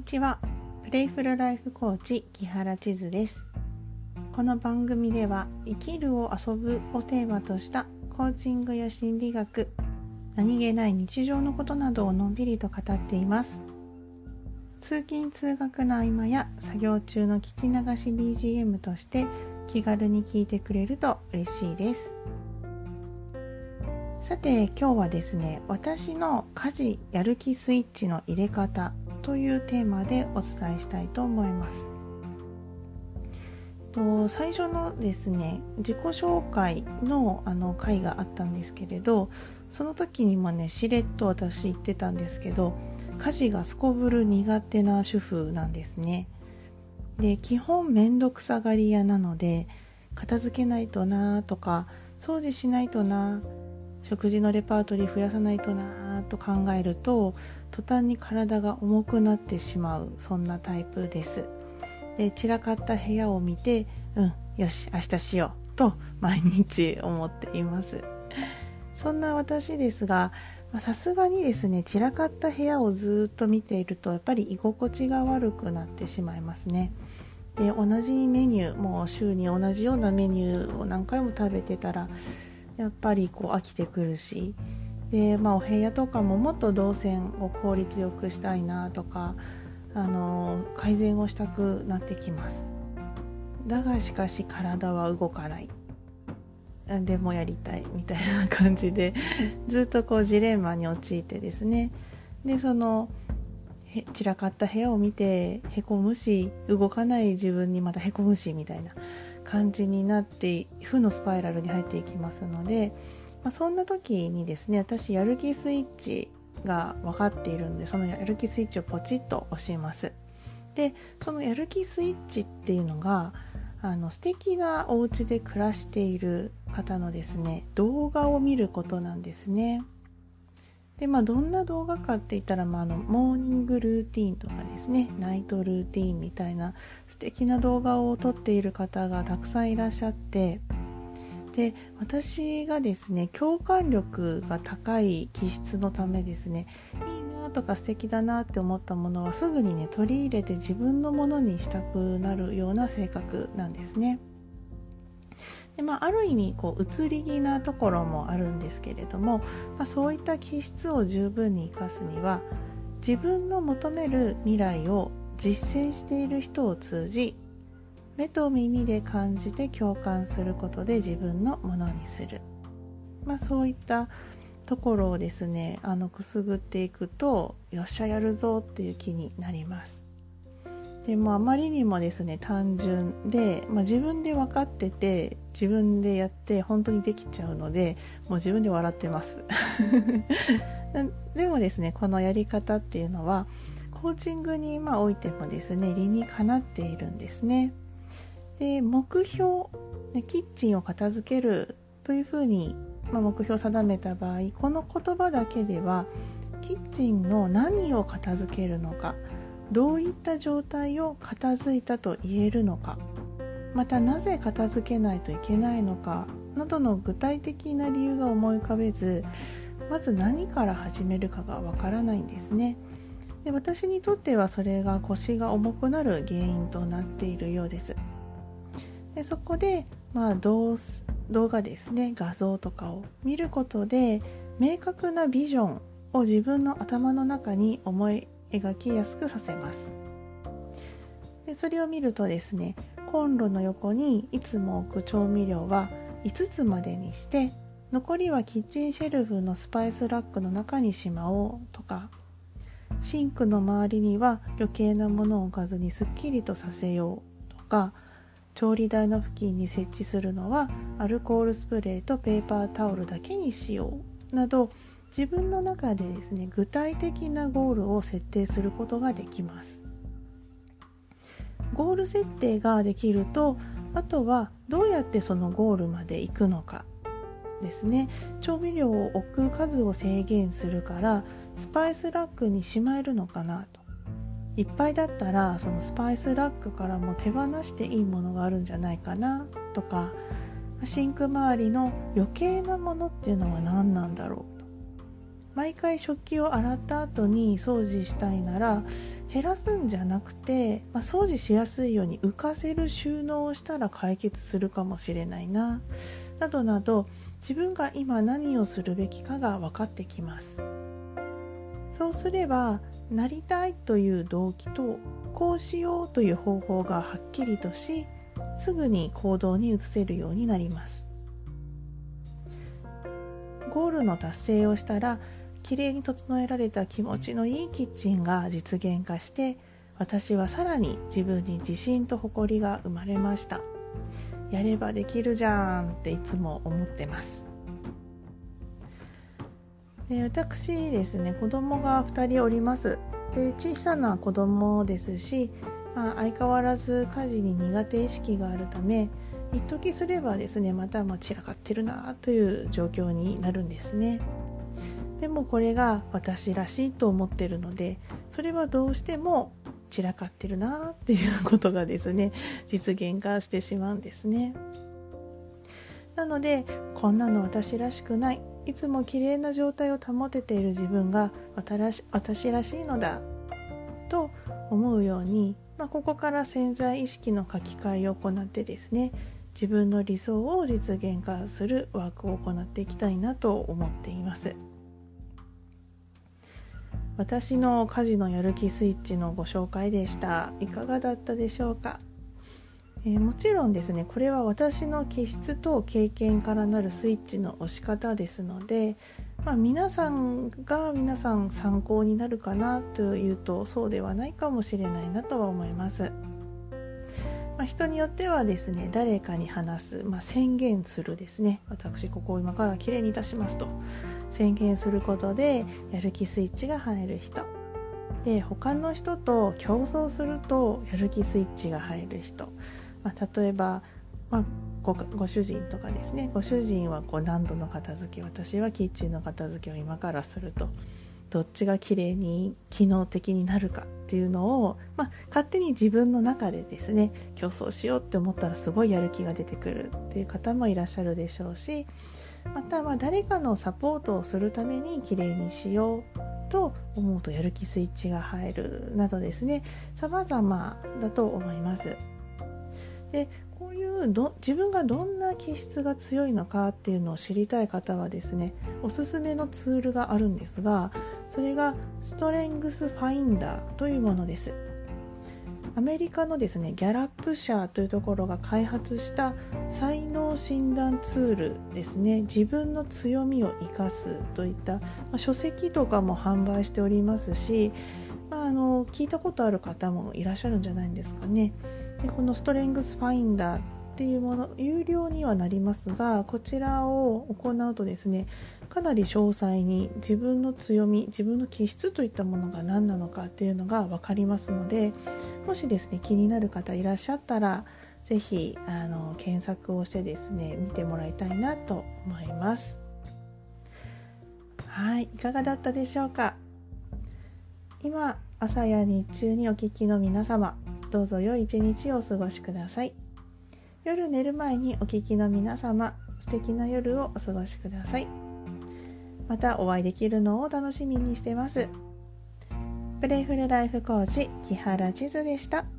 にちは。プレイフルライフコーチ木原千鶴です。この番組では生きるを遊ぶをテーマとしたコーチングや心理学、何気ない日常のことなどをのんびりと語っています。通勤通学の合間や作業中の聞き流し BGM として気軽に聞いてくれると嬉しいです。さて今日はですね、私の家事やる気スイッチの入れ方というテーマでお伝えしたいと思います。最初のですね、自己紹介の回があったんですけれど、その時にもね、しれっと私言ってたんですけど、家事がすこぶる苦手な主婦なんですね。で、基本めんどくさがり屋なので、片付けないとなとか、掃除しないとな、食事のレパートリー増やさないとなと考えると、途端に体が重くなってしまう、そんなタイプです。で、散らかった部屋を見て、よし明日しようと毎日思っています。そんな私ですが、さすがにですね、散らかった部屋をずっと見ているとやっぱり居心地が悪くなってしまいますね。で、同じメニュー、もう週に同じようなメニューを何回も食べてたらやっぱり飽きてくるし、で、お部屋とかももっと動線を効率よくしたいなとか、改善をしたくなってきます。だがしかし体は動かない、でもやりたいみたいな感じでずっとジレンマに陥ってですね、でその散らかった部屋を見てへこむし、動かない自分にまたへこむしみたいな感じになって負のスパイラルに入っていきますので、そんな時にですね、私やる気スイッチが分かっているので、そのやる気スイッチをポチッと押します。で、そのやる気スイッチっていうのが素敵なお家で暮らしている方のですね、動画を見ることなんですね。で、どんな動画かって言ったら、モーニングルーティーンとかですね、ナイトルーティーンみたいな素敵な動画を撮っている方がたくさんいらっしゃって、で、私がですね、共感力が高い気質のためですね、いいなとか素敵だなって思ったものはすぐにね、取り入れて自分のものにしたくなるような性格なんですね。で、ある意味移り気なところもあるんですけれども、そういった気質を十分に生かすには、自分の求める未来を実践している人を通じ、目と耳で感じて共感することで自分のものにする、そういったところをですね、くすぐっていくと、よっしゃやるぞっていう気になります。でもあまりにもですね、単純で、自分で分かってて自分でやって本当にできちゃうので、もう自分で笑ってますでもですね、このやり方っていうのはコーチングにおいてもですね、理にかなっているんですね。で、目標、キッチンを片付けるというふうに、目標を定めた場合、この言葉だけではキッチンの何を片付けるのか、どういった状態を片付いたと言えるのか、またなぜ片付けないといけないのかなどの具体的な理由が思い浮かべず、まず何から始めるかがわからないんですね。で、私にとってはそれが腰が重くなる原因となっているようです。で、そこで、動画ですね、画像とかを見ることで明確なビジョンを自分の頭の中に思い描きやすくさせます。で、それを見るとですね、コンロの横にいつも置く調味料は5つまでにして、残りはキッチンシェルフのスパイスラックの中にしまおうとか、シンクの周りには余計なものを置かずにすっきりとさせようとか、調理台の付近に設置するのはアルコールスプレーとペーパータオルだけにしようなど、自分の中でですね、具体的なゴールを設定することができます。ゴール設定ができると、あとはどうやってそのゴールまで行くのかですね。調味料を置く数を制限するからスパイスラックにしまえるのかなと。いっぱいだったらそのスパイスラックからも手放していいものがあるんじゃないかなとか、シンク周りの余計なものっていうのは何なんだろうと。毎回食器を洗った後に掃除したいなら、 減らすんじゃなくて、掃除しやすいように浮かせる収納をしたら解決するかもしれないな、などなど、自分が今何をするべきかが分かってきます。そうすれば、なりたいという動機とこうしようという方法がはっきりとし、すぐに行動に移せるようになります。ゴールの達成をしたら、きれいに整えられた気持ちのいいキッチンが実現化して、私はさらに自分に自信と誇りが生まれました。やればできるじゃんっていつも思ってます。で、私ですね、子供が2人おります。で、小さな子供ですし、相変わらず家事に苦手意識があるため、一時すればですね、また散らかってるなという状況になるんですね。でもこれが私らしいと思ってるので、それはどうしても散らかってるなっていうことがですね、実現化してしまうんですね。なので、こんなの私らしくない、いつも綺麗な状態を保てている自分が私らしいのだと思うように、ここから潜在意識の書き換えを行ってですね、自分の理想を実現化するワークを行っていきたいなと思っています。私の家事のやる気スイッチのご紹介でした。いかがだったでしょうか。もちろんですね、これは私の気質と経験からなるスイッチの押し方ですので、皆さん参考になるかなというと、そうではないかもしれないなとは思います。人によってはですね、誰かに話す、宣言するですね、私ここを今からきれいにいたしますと宣言することでやる気スイッチが入る人で、他の人と競争するとやる気スイッチが入る人、例えば、ご主人とかですね、ご主人は何度の片付け、私はキッチンの片付けを今からすると、どっちが綺麗に機能的になるかっていうのを、勝手に自分の中でですね、競争しようって思ったらすごいやる気が出てくるっていう方もいらっしゃるでしょうし、また誰かのサポートをするために綺麗にしようと思うとやる気スイッチが入るなどですね、様々だと思います。で、こういう自分がどんな気質が強いのかっていうのを知りたい方はですね、おすすめのツールがあるんですが、それがストレングスファインダーというものです。アメリカのですね、ギャラップ社というところが開発した才能診断ツールですね。自分の強みを生かすといった、書籍とかも販売しておりますし、聞いたことある方もいらっしゃるんじゃないんですかね。で、このストレングスファインダーっていうもの、有料にはなりますが、こちらを行うとですね、かなり詳細に自分の強み、自分の気質といったものが何なのかっていうのが分かりますので、もしですね、気になる方いらっしゃったら、ぜひ検索をしてですね、見てもらいたいなと思います。はい、いかがだったでしょうか。今、朝や日中にお聞きの皆様、どうぞ良い一日をお過ごしください。夜寝る前にお聞きの皆様、素敵な夜をお過ごしください。またお会いできるのを楽しみにしてます。プレイフルライフコーチ木原千鶴でした。